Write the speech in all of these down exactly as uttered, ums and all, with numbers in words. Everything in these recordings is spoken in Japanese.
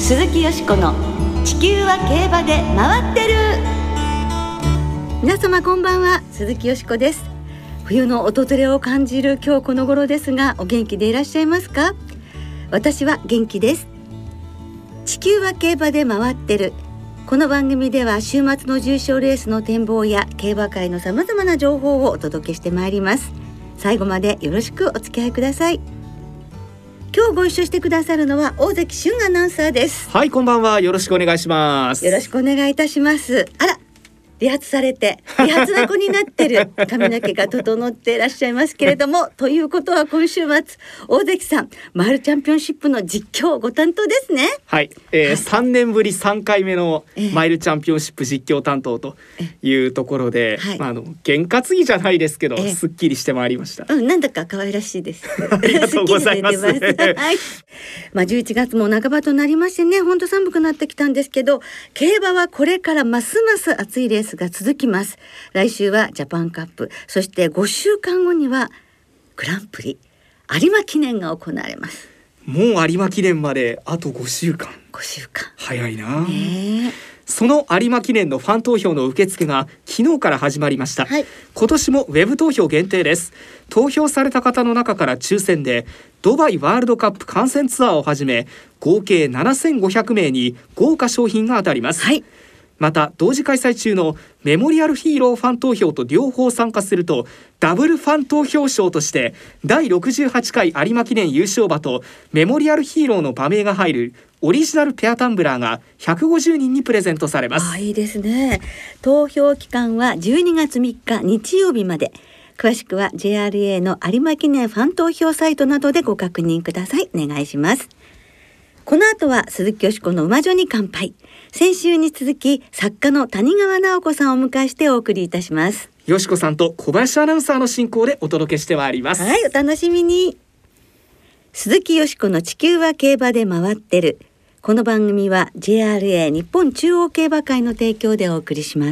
鈴木よしこの地球は競馬で回ってる。皆様こんばんは、鈴木よしこです。冬の訪れを感じる今日この頃ですが、お元気でいらっしゃいますか？私は元気です。地球は競馬で回ってる。この番組では週末の重賞レースの展望や競馬界のさまざまな情報をお届けしてまいります。最後までよろしくお付き合いください。今日ご一緒してくださるのは大関俊アナウンサーです。 はい、こんばんは。よろしくお願いします。 よろしくお願いいたします。あら、理髪されて理髪の子になってる髪の毛が整っていらっしゃいますけれどもということは今週末大関さんマイルチャンピオンシップの実況ご担当ですね。 はい、えーはい、さんねんぶりさんかいめのマイルチャンピオンシップ実況担当というところで、えーはいまあ、あの験担ぎじゃないですけど、えー、すっきりしてまいりました。 うん、なんだか可愛らしいですありがとうございます。 はいまあ、じゅういちがつも半ばとなりましてね、本当寒くなってきたんですけど、競馬はこれからますます熱いレースが続きます。来週はジャパンカップ、そしてごしゅうかんごにはグランプリ有馬記念が行われます。 もう有馬記念まであとごしゅうかん。 ごしゅうかん早いな、 ね、 その有馬記念のファン投票の受付が昨日から始まりました、はい、今年もウェブ投票限定です。投票された方の中から抽選でドバイワールドカップ観戦ツアーをはじめ合計ななせんごひゃくめいに豪華賞品が当たります、はい、また同時開催中のメモリアルヒーローファン投票と両方参加するとダブルファン投票賞としてだいろくじゅうはちかい有馬記念優勝馬とメモリアルヒーローの馬名が入るオリジナルペアタンブラーがひゃくごじゅうにんにプレゼントされます。 あ、いいですね。投票期間はじゅうにがつみっか日曜日まで。詳しくは ジェイアールエー の有馬記念ファン投票サイトなどでご確認ください。お願いします。この後は鈴木よしこの馬女に乾杯。先週に続き作家の谷川直子さんをお迎えしてお送りいたします。 よしこさんと小林アナウンサーの進行でお届けしてまいります。 はい、お楽しみに。鈴木よしこの地球は競馬で回ってる。この番組は ジェイアールエー 日本中央競馬会の提供でお送りします。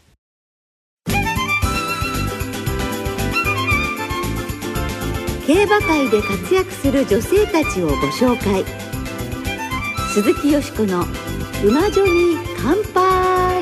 競馬界で活躍する女性たちをご紹介。鈴木よしこの馬女に乾杯。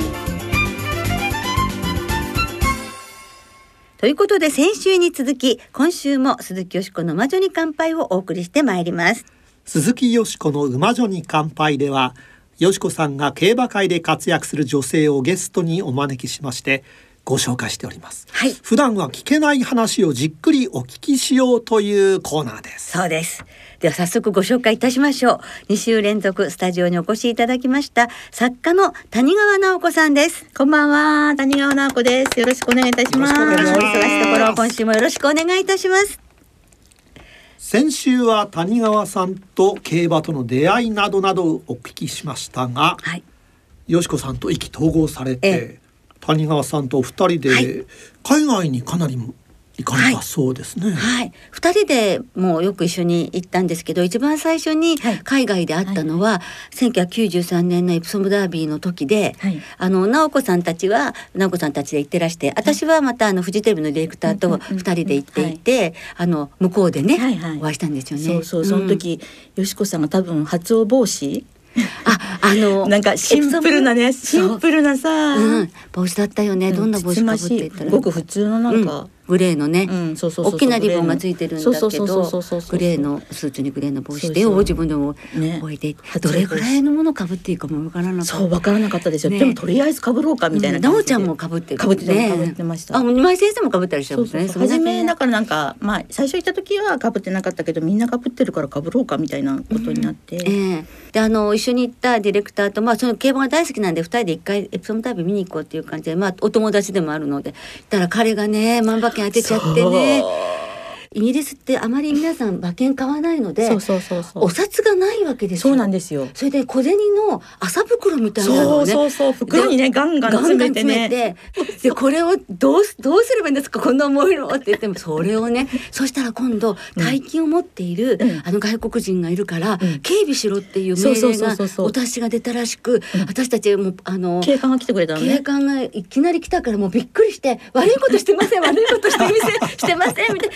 ということで先週に続き今週も鈴木よしこの馬女に乾杯をお送りしてまいります。 鈴木よしこの馬女に乾杯では、よしこさんが競馬界で活躍する女性をゲストにお招きしましてご紹介しております、はい、普段は聞けない話をじっくりお聞きしようというコーナーです。 そうです。では早速ご紹介いたしましょう。にしゅう連続スタジオにお越しいただきました作家の谷川直子さんです。 こんばんは、谷川直子です。よろしくお願いいたします。 お忙しいところ今週もよろしくお願いいたします。 先週は谷川さんと競馬との出会いなどなどをお聞きしましたが、はい、よしこさんと意気投合されて谷川さんとお二人で海外にかなり行かれたそうですね。 はいはい、ふたりでもうよく一緒に行ったんですけど、一番最初に海外で会ったのは、はい、せんきゅうひゃくきゅうじゅうさんねんのエプソムダービーの時で、はい、あの直子さんたちは直子さんたちで行ってらして、私はまたあのフジテレビのディレクターとふたりで行っていて、あの向こうでね、はいはい、お会いしたんですよね。 そうそう、その時、うん、よしこさんが多分初お帽子あ、あのなんかシンプルなね、シンプルなさ、 うん、帽子だったよね。どんな帽子かぶっていったら、 ごく普通のなんか、 うん、グレーのね、うん、そうそうそうそう、大きなリボンがついてるんだけど、グレーのスーツにグレーの帽子でを自分でも置いて、ね、どれぐらいのものかぶっていいかもわからなかった。 そう、わからなかったですよ、ね、でもとりあえずかぶろうかみたいな感じで、 なおちゃんもかぶってる、 かぶってね、かぶってました。 あ、今井先生もかぶったりしてますね。 初めだからなんか、まあ最初行った時はかぶってなかったけど、みんなかぶってるからかぶろうかみたいなことになって、うん、 えー、であの一緒に行ったディレクターと、まあその競馬が大好きなんでふたりで一回エプソムダービー見に行こうっていう感じで、まあお友達でもあるので、たら彼がね万馬券当てちゃってね。イギリスってあまり皆さん馬券買わないので、そうそうそうそう、お札がないわけですよ。 そうなんですよ。 それで小銭の麻袋みたいなのをね、 そうそうそう、袋にねガンガン詰めてね、 でこれをどうどうすればいいんですか、こんな重いのって言っても、それをね、そしたら今度大金を持っている、うん、あの外国人がいるから、うん、警備しろっていう命令がお達しが出たらしく、うん、私たちもあの警官が来てくれたのね。 警官がいきなり来たからもうびっくりして、悪いことしてません悪いことしてみせしてませんみたいな、いくらお金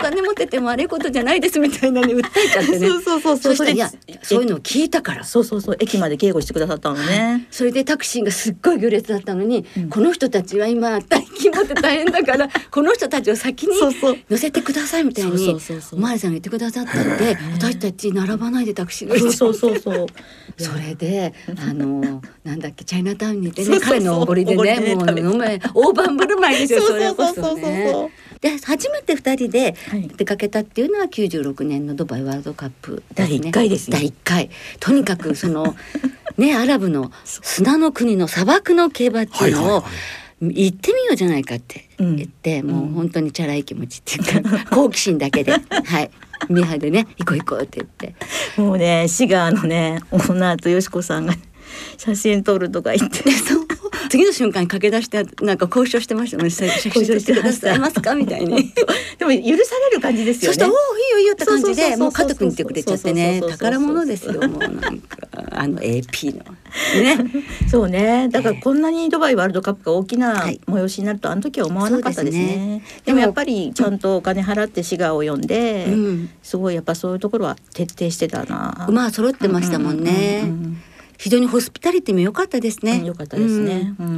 金持ってても悪いことじゃないですみたいなに訴えちゃってねそうそうそうそう。 そしたらいやそういうのを聞いたからそうそうそう駅まで警護してくださったのね。 それでタクシーがすっごい行列だったのに、うん、この人たちは今大金持って大変だからこの人たちを先に乗せてくださいみたいにおまわりさんが言ってくださったんで私たち並ばないでタクシー乗りちゃってそうそうそうそうそれであのなんだっけチャイナタウンにいてね彼のおごりでねもう飲め大盤振る舞いですよそれこそね。で初めてふたりで出かけたっていうのはきゅうじゅうろくねんのドバイワールドカップですね。 だいいっかいですね。 だいいっかいとにかくそのねアラブの砂の国の砂漠の競馬っていうのを、はいはいはい行ってみようじゃないかって言って、うん、もう本当にチャラい気持ちっていうか、うん、好奇心だけではいミハでね行こう行こうって言ってもうねシガーのねオーナーとよしこさんが写真撮るとか言ってそう次の瞬間に駆け出してなんか交渉してましたね。写真撮ってくださいますかみたいにでも許される感じですよね。 そしたらおーいいよいいよって感じでもう加藤君ってくれちゃってね宝物ですよもうなんかあの エーピー のねそうねだからこんなにドバイワールドカップが大きな催しになるとあの時は思わなかったですね。ですねでもやっぱりちゃんとお金払ってシガーを呼んで、うん、すごいやっぱそういうところは徹底してたな。 馬は揃ってましたもんね、うんうんうんうん非常にホスピタリティも良かったですね。 良、うん、かったですね、うんうん、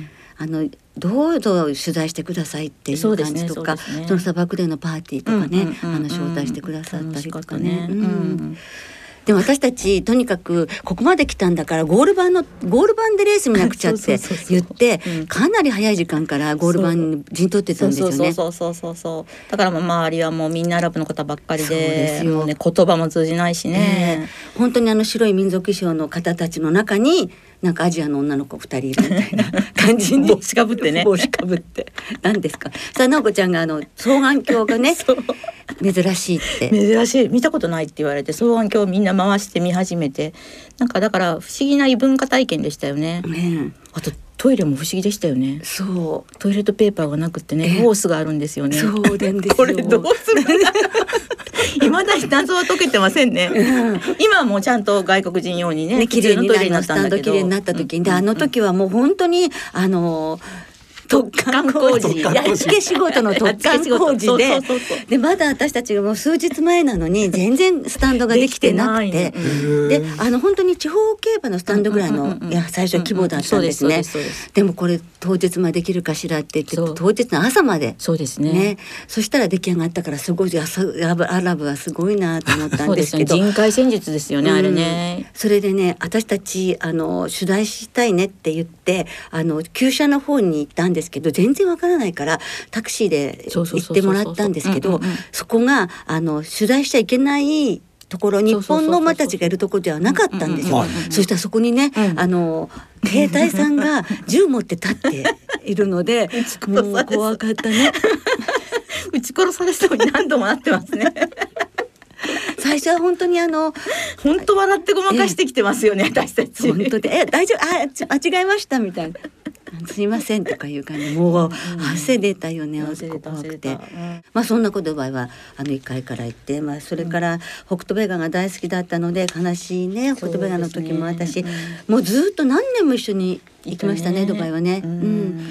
あのどうぞ取材してくださいっていう感じとか そ,、ねそ, ね、その砂漠でのパーティーとかね、うんうんうんうん、あの招待してくださったりとかね、うんうん、でも私たちとにかくここまで来たんだからゴール板のゴール板でレース見なくちゃって言ってかなり早い時間からゴール板に陣取ってたんですよね。 そうそうそうそうそうだからもう周りはもうみんなアラブの方ばっかり で, ですよ、ね、言葉も通じないしね、 えー、本当にあの白い民族衣装の方たちの中になんかアジアの女の子ふたりいるみたいな感じに帽子かぶってね帽子かぶって何ですかさあ直子ちゃんがあの双眼鏡がね珍しいって珍しい見たことないって言われて双眼鏡をみんな回して見始めてなんかだから不思議な異文化体験でしたよね、ねあとトイレも不思議でしたよね。 そうトイレットペーパーがなくってねホースがあるんですよね。 そうなんですよこれどうする未だに謎は解けてませんね、うん、今はもうちゃんと外国人用にねね綺麗になったスタンド綺麗になった時に、うん、であの時はもう本当にあの突貫工事やっつけ仕事の突貫工事ででまだ私たちがもう数日前なのに全然スタンドができてなくてであの本当に地方競馬のスタンドぐらいの、うんうんうん、いや最初規模だったんですね、うんうん、そうですそうです。でもこれ当日までできるかしらって言って当日の朝までそうですね、ねそしたら出来上がったからすごいアラブはすごいなと思ったんですけどそうです、ね、人海戦術ですよね、うん、あれね。 それでね私たちあの取材したいねって言ってあの厩舎の方に行ったんですですけど全然わからないからタクシーで行ってもらったんですけどそこがあの取材しちゃいけないところ日本の馬たちがいるところではなかったんですよ。そしたらそこにね、うん、あの兵隊さんが銃持って立っているのでもう怖かったね撃ち殺されそうに何度もなってますね最初は本当にあの本当笑ってごまかしてきてますよね、私たち。 本当でえ大丈夫あ間違えましたみたいなすいませんとかいう感じもう、うん、汗出たよね、汗怖くて、うん、まあそんなこと場合はあのいっかいから行って、まあ、それから北斗ベガが大好きだったので悲しいね北斗ベガの時もあったし、うん、もうずっと何年も一緒に行きましたね、ドバイはね、うんうん、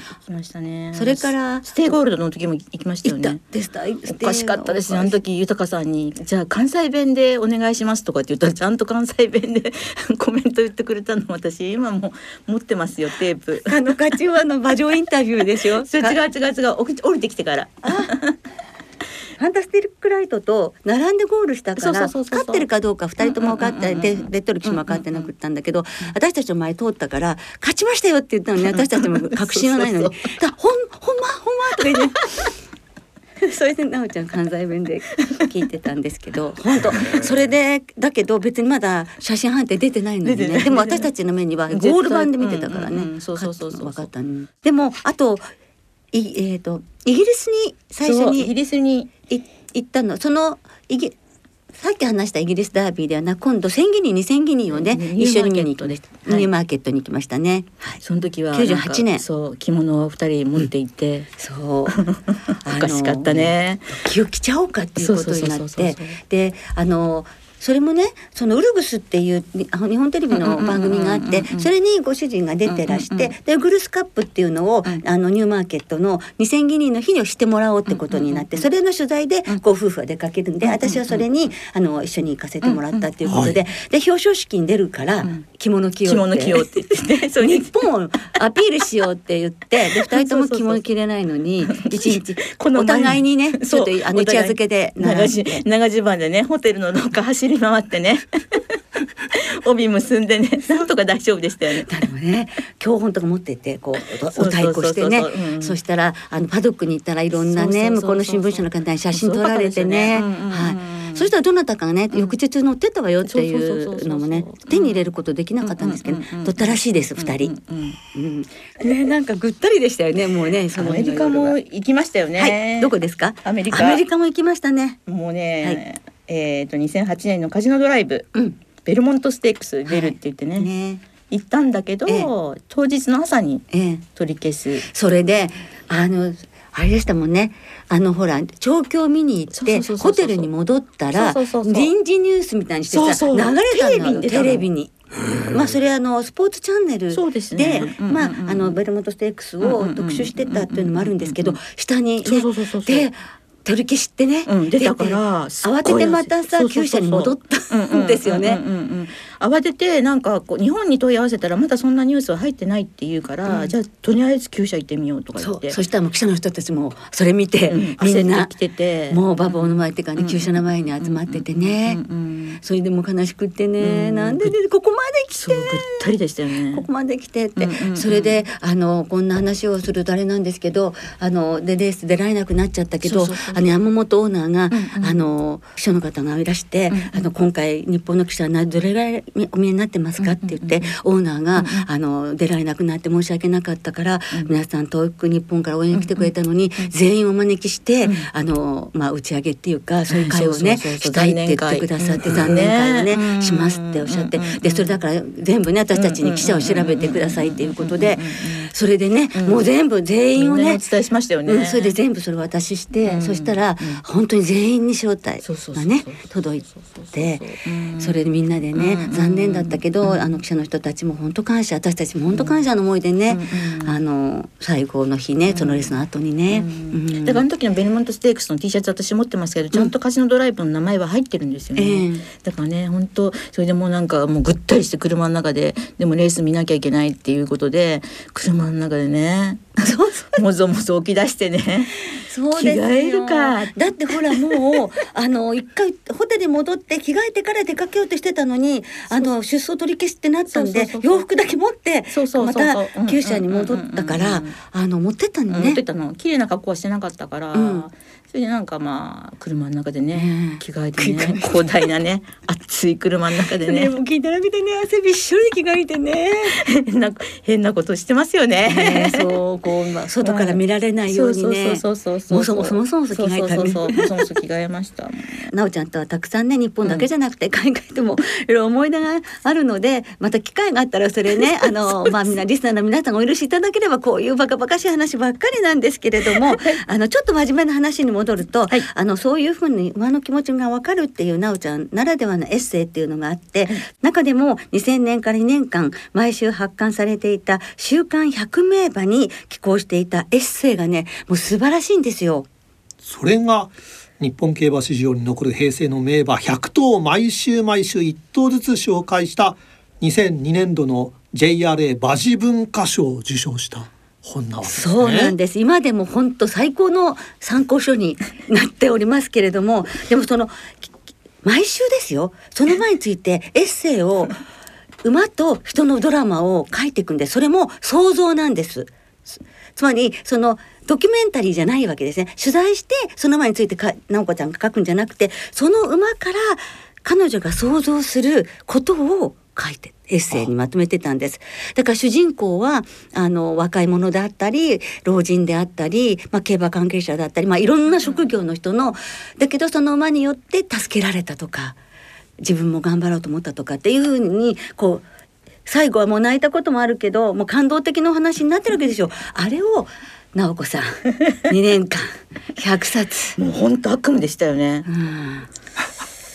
行きましたね。 それからステイゴールドの時も行きましたよね。 でしたおかしかったですね。あの時豊さんにじゃあ関西弁でお願いしますとかって言ったらちゃんと関西弁でコメント言ってくれたの私今も持ってますよテープ。 あのガチワの馬上インタビューでしょそれ違う違う違う降りてきてからファンタスティックライトと並んでゴールしたから勝ってるかどうかふたりとも分かって、でレッドル騎士も分かってなくったんだけど、私たちの前通ったから勝ちましたよって言ったのに、ね、私たちも確信はないのにだほんほんまほんまとか言ってそれでなおちゃん関西弁で聞いてたんですけど本当それでだけど別にまだ写真判定出てないのにねでも私たちの目にはゴール板で見てたからね分かったね。でもあとい、えー、とイギリスに最初にイギリスに行ったのそのイギさっき話したイギリスダービーではな今度千ギニにせんギニをね一緒に見に行きました、はい、ニューマーケットに行きましたね、はい、 その時はきゅうじゅうはちねんそう着物をふたり持っていて、うん、 そうおかしかったね気を着ちゃおうかっていうことになってであのそれもねそのウルグスっていう日本テレビの番組があってそれにご主人が出てらして、うんうんうん、でウグルスカップっていうのを、うん、あのニューマーケットのにせんギニの日にしてもらおうってことになって、うんうんうん、それの取材でご夫婦は出かけるんで、うんうんうん、私はそれにあの一緒に行かせてもらったっていうことで、うんうんはい、で表彰式に出るから着物着ようって、着物着ようって言って、ね、そう日本をアピールしようって言ってでふたりとも着物着れないのに一日お互いにねちょっとあの一夜漬けで長襦袢でねホテルの廊下走り回ってね帯結んでねなんとか大丈夫でしたよね。 でもね教本とか持ってってこうお太鼓してねそしたらあのパドックに行ったらいろんなね向こうの新聞社の方に写真撮られてね、はい、そしたらどなたかがね、うん、翌日乗ってたわよっていうのもね手に入れることできなかったんですけど、うんうんうんうん、撮ったらしいですふたり、うんうんうん、ねなんかぐったりでしたよねもうねそのアメリカも行きましたよね、 はい、どこですか？ アメリカアメリカも行きましたね。 もうね、はい、えーとにせんはちねんのカジノドライブ、うんベルモントステークス出るって言ってね、はい、ね行ったんだけど、ええ、当日の朝に取り消す、え、 それであのあれでしたもんねあのほら調教見に行ってホテルに戻ったら臨時ニュースみたいにしてさそうそう流れたのよテレビに。まあそれあのスポーツチャンネル で, で、ねうんうんうん、まああのベルモントステークスを特集してたっていうのもあるんですけど下にねで取り消しってね、 うん、出たから慌ててまたさ厩舎に戻ったんですよね。 慌ててなんかこう日本に問い合わせたらまだそんなニュースは入ってないっていうから、うん、じゃあとりあえず厩舎行ってみようとか言ってそ, そしたらもう記者の人たちもそれ見て、うん、みんな焦ってきててもう馬房の前っていうかね、うん、厩舎の前に集まっててね、うんうん、それでも悲しくってね、うん、なんで、ね、ここまで来てそうぐったりでしたよねここまで来てって、うんうんうん、それであのこんな話をするとあれなんですけどあのでレース出られなくなっちゃったけどそうそうそうあの山本オーナーが、うんうん、あの記者の方がいらして、うんうん、あの今回日本の記者はどれぐらいお見えになってますかって言って、うんうんうん、オーナーが、うんうん、あの出られなくなって申し訳なかったから、うん、皆さん遠く日本から応援に来てくれたのに、うんうん、全員お招きして、うん、あのまあ、打ち上げっていうかそういう会をね、うん、したいって言ってくださって、うん、残念会をね、うん、しますっておっしゃって、うん、でそれだから全部ね私たちに記者を調べてくださいっていうことで、それでね、うん、もう全部全員をねお伝えしましたよね、 うん、それで全部それを渡しして、うん、そしたら、うん、本当に全員に招待がね届いて、それでみんなでね、うん、残念だったけど、うん、あの記者の人たちも本当感謝私たちも本当感謝の思いでね、うん、あの最後の日ねそのレースの後にね、うんうん、 だからあの時のベルモントステークスの T シャツ私持ってますけどちゃんとカジノドライブの名前は入ってるんですよね、うん、だからね本当それでもうなんかもうぐったりして車の中ででもレース見なきゃいけないっていうことで車の中でねもぞもぞ起き出してねそうですよ着替えるかだってほらもうあの一回ホテルに戻って着替えてから出かけようとしてたのにあの出走取り消しってなったんで洋服だけ持ってまた厩舎に戻ったからあの持ってったのね、 持ってったの綺麗な格好はしてなかったから、うん、それでなんかまあ車の中でね、うん、着替えてね広大なね暑い車の中でねもう聞いたら見てね汗びっしょりで着替えてね変な変なことしてますよねそうこう外から見られないようにねそうそうそうそうもそもそもそ着替えたねそうそうそうそうもそもそ着替えましたなおちゃんとはたくさんね日本だけじゃなくて海外ともいろいろ思い出があるのでまた機会があったらそれねあのまあみんなリスナーの皆さんがお許しいただければこういうバカバカしい話ばっかりなんですけれどもあのちょっと真面目な話に戻ると、はい、あのそういうふうに馬の気持ちが分かるっていうなおちゃんならではのエッセイっていうのがあって、はい、中でもにせんねんからにねんかん毎週発刊されていた週刊百名馬に寄稿していたエッセイがねもう素晴らしいんですよ。 それが日本競馬史上に残る平成の名馬ひゃくとうを毎週毎週いっとうずつ紹介したにせんにねんどの ジェイアールエー 馬事文化賞を受賞した本なわけですね。 そうなんです。今でも本当最高の参考書になっておりますけれどもでもその毎週ですよその前についてエッセイを馬と人のドラマを書いていくんでそれも想像なんです。つまりそのドキュメンタリーじゃないわけですね。取材してその馬についてか直子ちゃんが書くんじゃなくてその馬から彼女が想像することを書いてエッセイにまとめてたんです。だから主人公はあの若い者であったり老人であったり、まあ、競馬関係者だったり、まあ、いろんな職業の人のだけどその馬によって助けられたとか自分も頑張ろうと思ったとかっていうふうにこう最後はもう泣いたこともあるけどもう感動的なお話になってるわけでしょ。あれを直子さんにねんかんひゃくさつもう本当悪夢でしたよね、うん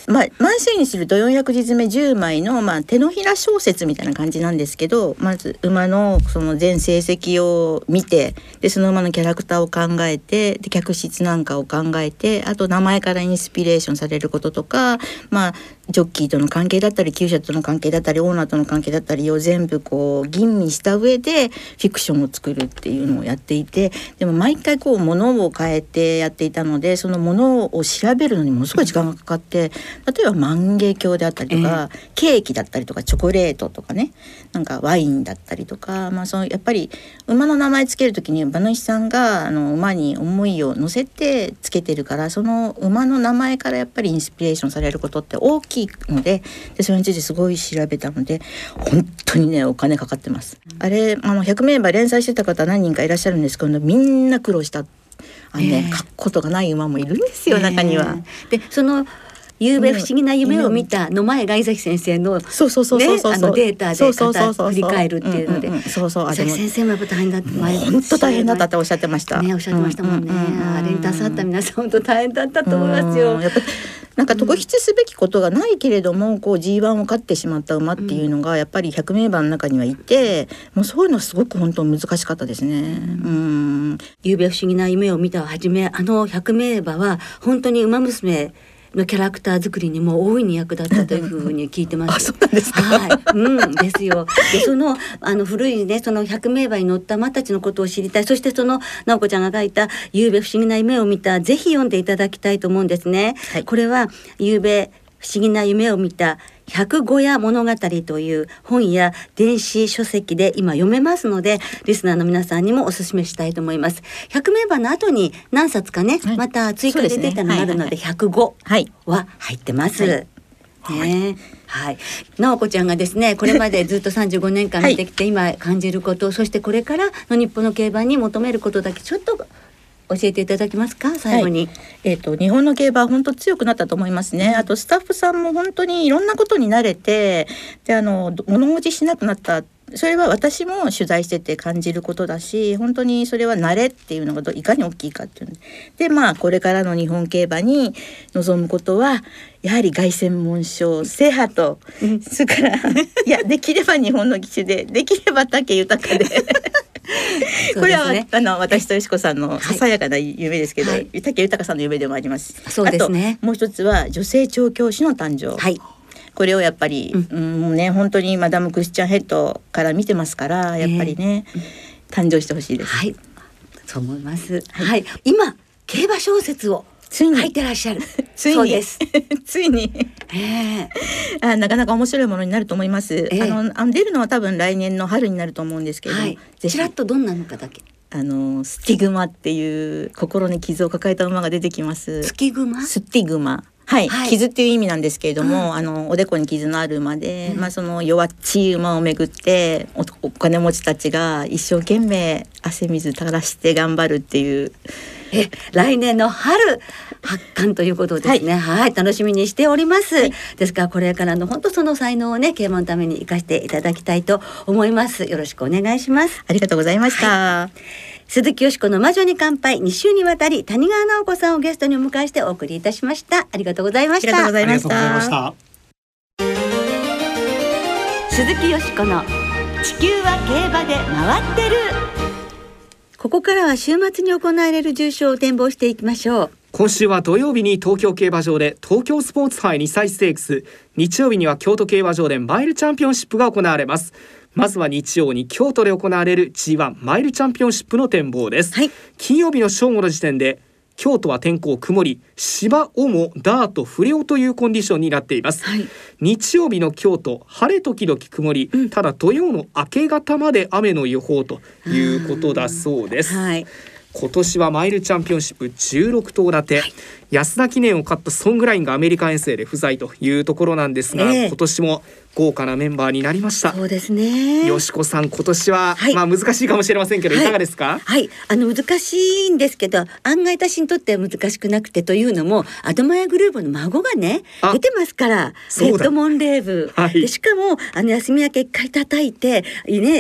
まあ、枚数にするとよんひゃくじつめじゅうまいの、まあ、手のひら小説みたいな感じなんですけど、まず馬のその全成績を見て、でその馬のキャラクターを考えて、で客室なんかを考えて、あと名前からインスピレーションされることとか、まあ、ジョッキーとの関係だったり厩舎との関係だったりオーナーとの関係だったりを全部こう吟味した上でフィクションを作るっていうのをやっていて、でも毎回こう物を変えてやっていたので、その物を調べるのにものすごい時間がかかって、例えば万華鏡であったりとか、えー、ケーキだったりとかチョコレートとかね、なんかワインだったりとか、まあ、そのやっぱり馬の名前つけるときに馬主さんがあの馬に思いを乗せてつけてるから、その馬の名前からやっぱりインスピレーションされることって大きいので、でそれについてすごい調べたので本当にねお金かかってます、うん、あれあのひゃくめい馬連載してた方何人かいらっしゃるんですけど、みんな苦労したあのね、えー、書くことがない馬もいるんですよ、えー、中には。 でその夕べ不思議な夢を見たの前が伊崎先生の、ね、そうそうそうそうそう、あのデータで語振り返るっていうので、そうそう、伊崎先生もやっぱ大変だって本当大変だったっておっしゃってましたね、おっしゃってましたもんね、うんうんうん、あれに携わった皆さん本当大変だったと思いますよ。 やっぱなんか特筆すべきことがないけれども、こう ジーワン を勝ってしまった馬っていうのがやっぱりひゃくめい馬の中にはいて、もうそういうのすごく本当難しかったですね。うん、 夕べ不思議な夢を見たをはじめ、あのひゃくめい馬は本当に馬娘のキャラクター作りにも大いに役立ったというふうに聞いてます。 あ、そうなんですか。 はい、うんですよ。でそのあの古いねそのひゃくめい馬に乗った馬たちのことを知りたい。そしてその直子ちゃんが書いた夕べ不思議な夢を見た、ぜひ読んでいただきたいと思うんですね。はい、これは夕べ不思議な夢を見た百小屋物語という本や電子書籍で今読めますので、リスナーの皆さんにもお勧めしたいと思います。ひゃくめい馬の後に何冊かね、はい、また追加で出たのがあるのでひゃくごは入ってます。はいはいねはい、直子ちゃんがですねこれまでずっとさんじゅうごねんかん見てきて、はい、今感じること、そしてこれからの日本の競馬に求めることだけちょっと教えていただけますか、最後に。 はい、えーと、日本の競馬は本当強くなったと思いますね。あとスタッフさんも本当にいろんなことに慣れて、であの物持ちしなくなった。それは私も取材してて感じることだし、本当にそれは慣れっていうのがいかに大きいかっていうので、まあこれからの日本競馬に臨むことはやはり凱旋門賞制覇と、うん、それからいやできれば日本の騎手で、できれば武豊でこれは、ね、あの私とよしこさんのささやかな夢ですけど、はい、武豊さんの夢でもあります。 そうですね。 あともう一つは女性調教師の誕生、はい、これをやっぱり、うん、もうね本当にマダムクリスチャンヘッドから見てますから、やっぱりね、えー、誕生してほしいです。 はい、そう思います。はい、はい、今競馬小説をついに書いてらっしゃる。 ついにそうですついに、えー、あなかなか面白いものになると思います。えー、あのあの出るのは多分来年の春になると思うんですけど、はい、 ちらっとどんなのかだけ。 あのスティグマっていう心に傷を抱えた馬が出てきます。 スティグマ？ スティグマ。はい、はい、傷っていう意味なんですけれども、うん、あのおでこに傷のある馬で、うん、まあ、その弱っちい馬をめぐってお、お金持ちたちが一生懸命汗水垂らして頑張るっていう、 え来年の春発刊ということですね。はい、はい、楽しみにしております。はい、ですからこれからの本当その才能をね競馬のために生かしていただきたいと思います。よろしくお願いします。 ありがとうございました。 はい、鈴木よしこの魔女に乾杯、に週にわたり谷川直子さんをゲストにお迎えしてお送りいたしました。ありがとうございました。 ありがとうございました。 鈴木よしこの地球は競馬で回ってる。ここからは週末に行われる重賞を展望していきましょう。 今週は土曜日に東京競馬場で東京スポーツ杯にさいステークス、日曜日には京都競馬場でマイルチャンピオンシップが行われます。まずは日曜に京都で行われる ジーワン マイルチャンピオンシップの展望です。はい、金曜日の正午の時点で京都は天候曇り、芝主ダート不良というコンディションになっています。はい、日曜日の京都晴れ時々曇り、うん、ただ土曜の明け方まで雨の予報ということだそうです。はい、今年はマイルチャンピオンシップじゅうろく頭立て、はい、安田記念を勝ったソングラインがアメリカ遠征で不在というところなんですが、えー、今年も豪華なメンバーになりました。 そうですね。 よしこさん、今年は、はい、まあ難しいかもしれませんけど、はい、いかがですか？ はい、あの難しいんですけど、案外私にとっては難しくなくて、というのもアドマイヤグループの孫がね出てますから、レッドモンレーブ、はい、でしかもあの休み明け一回叩いてね、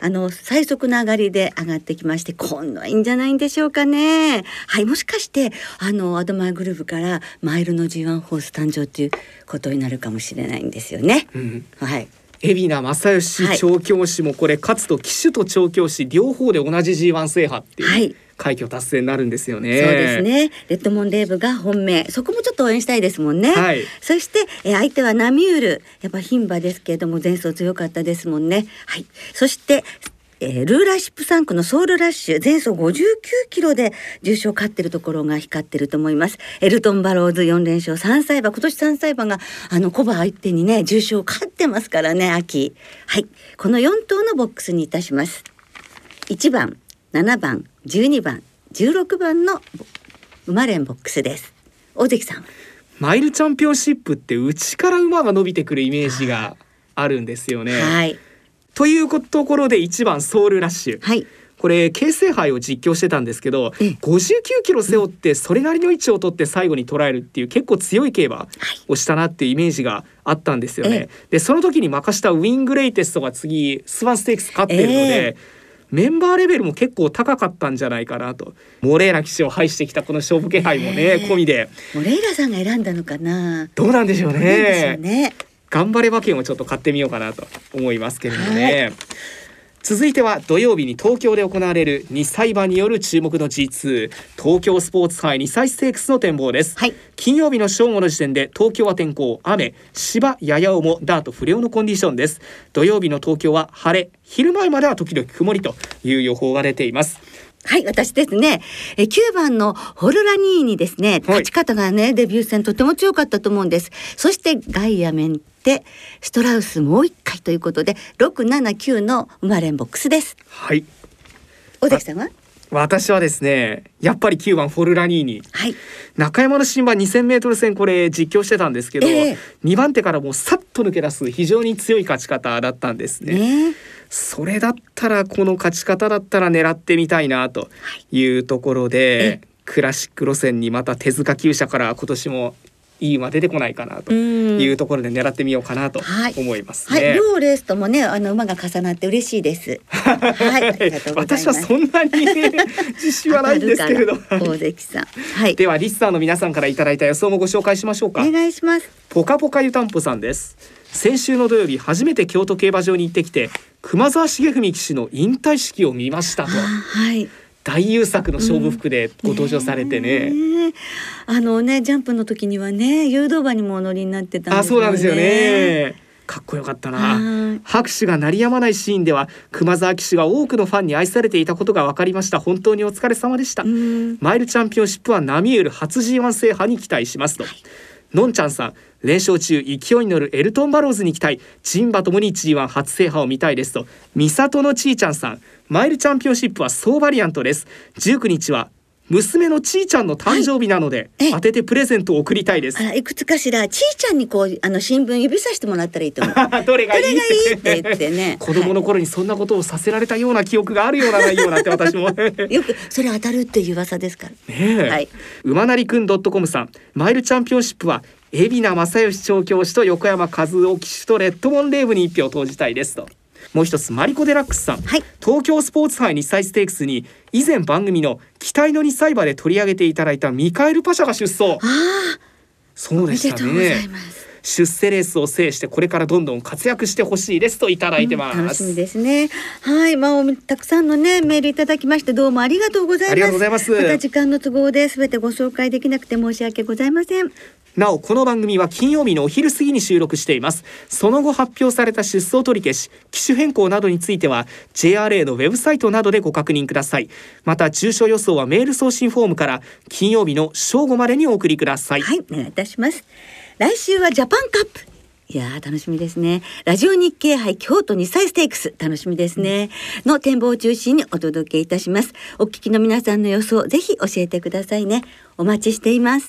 あの最速の上がりで上がってきまして、今度はいいんじゃないんでしょうかね。はい、もしかしてあのアドマイグループからマイルの ジーワン ホース誕生ということになるかもしれないんですよね、うん、はい。 海老名正義調教師もこれ、はい、勝つと騎手と調教師両方で同じ ジーワン 制覇っていう、はい、快挙達成になるんですよね。 そうですね。レッドモンレーブが本命、そこもちょっと応援したいですもんね、はい、そして、えー、相手はナミュール、やっぱ牝馬ですけれども前走強かったですもんね、はい。そしてえー、ルーラーシップさん区のソウルラッシュ、前走ごじゅうきゅうキロで重賞勝ってるところが光ってると思います。エルトンバローズよん連勝、さん歳馬、今年さん歳馬があのコバ相手にね重賞勝ってますからね、秋。はい、このよん頭のボックスにいたします。いちばん、ななばん、じゅうにばん、じゅうろくばんの馬連ボックスです。大関さん、 マイルチャンピオンシップって内から馬が伸びてくるイメージがあるんですよね。はい。というところでいちばんソウルラッシュ、はい、これ京成杯を実況してたんですけど、ごじゅうきゅうキロ背負ってそれなりの位置を取って最後に捉えるっていう結構強い競馬をしたなっていうイメージがあったんですよね。でその時に任したウィングレイテストが次スワンステークス勝ってるので、えー、メンバーレベルも結構高かったんじゃないかなと。モレーナ騎手を排してきたこの勝負気配もね、えー、込みでモレーナさんが選んだのかな。 どうなんでしょうね。頑張れ馬券をちょっと買ってみようかなと思いますけれどもね、はい、続いては土曜日に東京で行われるに歳馬による注目の ジーツー 東京スポーツ杯に歳ステークスの展望です、はい、金曜日の正午の時点で東京は天候雨、芝やや重、ダート不良のコンディションです。土曜日の東京は晴れ、昼前までは時々曇りという予報が出ています。 はい、私ですね、えきゅうばんのホルラニーニですね、勝ち方がね、デビュー戦とても強かったと思うんです。そしてガイアメンテ、ストラウスもう一回ということでろく、なな、きゅうの馬連ボックスです。 はい。 大関さんは？ 私はですね、やっぱりきゅうばんフォルラニーニ、はい、中山の新馬 にせんメートル 戦これ実況してたんですけど、えー、にばん手からもうさっと抜け出す非常に強い勝ち方だったんですね、えー、それだったらこの勝ち方だったら狙ってみたいなというところで、はい、クラシック路線にまた手塚厩舎から今年もいい馬出てこないかなというところで狙ってみようかなと思いますね。 はいはい、両レースともね、あの馬が重なって嬉しいです。はい、ありがとうございます。 私はそんなに自信はないんですけれど。 大関さん。はい。 ではリスナーの皆さんからいただいた予想もご紹介しましょうか。 お願いします。 ポカポカ湯たんぽさんです。先週の土曜日初めて京都競馬場に行ってきて熊沢重文騎手の引退式を見ましたと。はい。大優作の勝負服でご登場されてね、 うんね、あのねジャンプの時にはね誘導馬にもお乗りになってたんですよね。 あ、そうなんですよね。かっこよかったな。拍手が鳴りやまないシーンでは熊沢騎手が多くのファンに愛されていたことが分かりました。本当にお疲れ様でした。マイルチャンピオンシップはナミュール初 ジーワン 制覇に期待しますと、はい、のんちゃんさん、連勝中勢いに乗るエルトンバローズに期待、ジンバともに ジーワン 初制覇を見たいですと。ミサトのちーちゃんさん、マイルチャンピオンシップは総バリアントです。じゅうくにちは娘のちーちゃんの誕生日なので、はい、当ててプレゼントを送りたいです。 あら、いくつかしら、ちーちゃんにこうあの新聞指さしてもらったらいいと思う。 どれがいい？ どれがいいって言ってね。 子供の頃にそんなことをさせられたような記憶があるようなないようなって私もよくそれ当たるっていう噂ですからね。 はい。馬なりくん .com さん、マイルチャンピオンシップは海老名正義調教師と横山和夫騎手とレッドモンレーブに一票投じたいですと。もう一つマリコデラックスさん、はい、東京スポーツ杯に歳ステークスに以前番組の期待のに歳馬で取り上げていただいたミカエルパシャが出走。あ、そうでしたね。出世レースを制してこれからどんどん活躍してほしいですといただいてます、 うん、楽しみですね。はい、まあ、たくさんのねメールいただきましてどうもありがとうございます。 ありがとうございます。 また時間の都合で全てご紹介できなくて申し訳ございません。 なおこの番組は金曜日のお昼過ぎに収録しています。その後発表された出走取り消し、機種変更などについては ジェイアールエー のウェブサイトなどでご確認ください。また中小予想はメール送信フォームから金曜日の正午までにお送りください。 はい、お願いいたします。来週はジャパンカップ、いやー楽しみですね。ラジオ日経杯京都に歳ステークス楽しみですね、うん、の展望を中心にお届けいたします。お聞きの皆さんの予想ぜひ教えてくださいね。お待ちしています。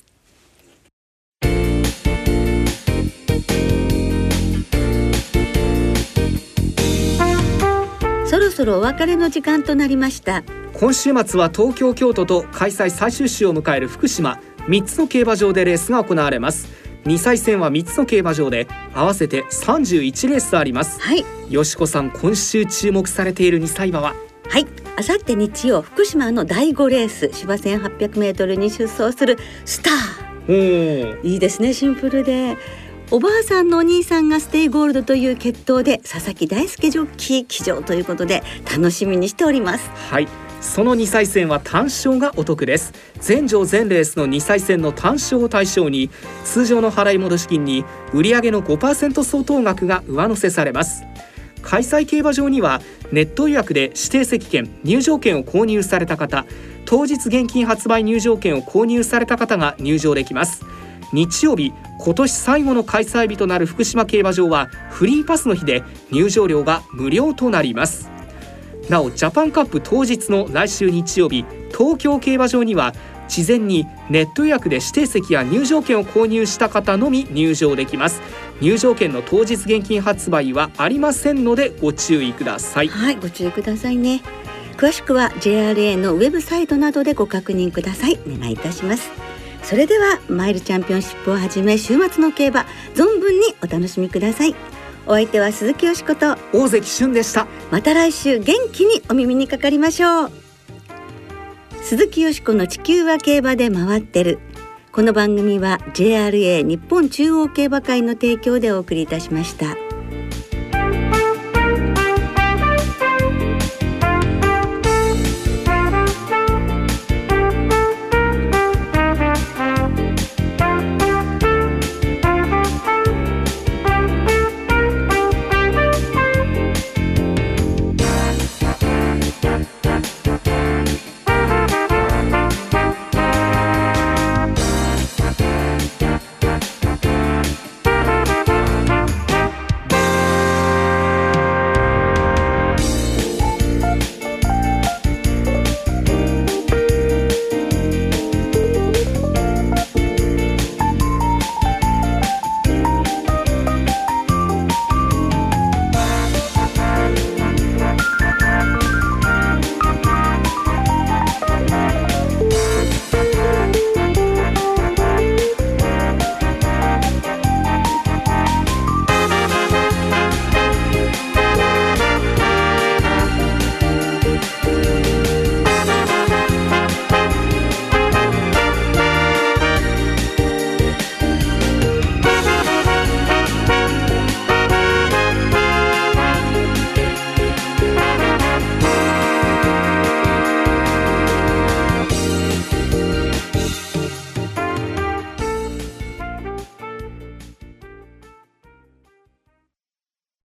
そろそろお別れの時間となりました。 今週末は東京京都と開催最終週を迎える福島、みっつの競馬場でレースが行われます。 にさい戦はみっつの競馬場で合わせてさんじゅういちレースあります。 はい、 よしこさん、今週注目されているにさい馬は？ はい、あさって日曜、福島のだいごレース、芝 せんはっぴゃくメートル に出走するスター。いいですね、シンプルで。おばあさんのお兄さんがステイゴールドという決闘で佐々木大輔ジョッキー騎乗ということで楽しみにしております。 はい、そのにさい戦は単勝がお得です。全場全レースのにさい戦の単勝を対象に、通常の払い戻し金に売上の ごパーセント 相当額が上乗せされます。開催競馬場にはネット予約で指定席券、入場券を購入された方、当日現金発売入場券を購入された方が入場できます。日曜日、今年最後の開催日となる福島競馬場はフリーパスの日で入場料が無料となります。なお、ジャパンカップ当日の来週日曜日、東京競馬場には事前にネット予約で指定席や入場券を購入した方のみ入場できます。入場券の当日現金発売はありませんのでご注意ください。 はい、ご注意くださいね。詳しくは ジェイアールエー のウェブサイトなどでご確認ください。お願いいたします。それではマイルチャンピオンシップをはじめ週末の競馬、存分にお楽しみください。お相手は鈴木よしこと大関俊でした。 また来週元気にお耳にかかりましょう。鈴木よしこの地球は競馬で回ってる。この番組は ジェイアールエー 日本中央競馬会の提供でお送りいたしました。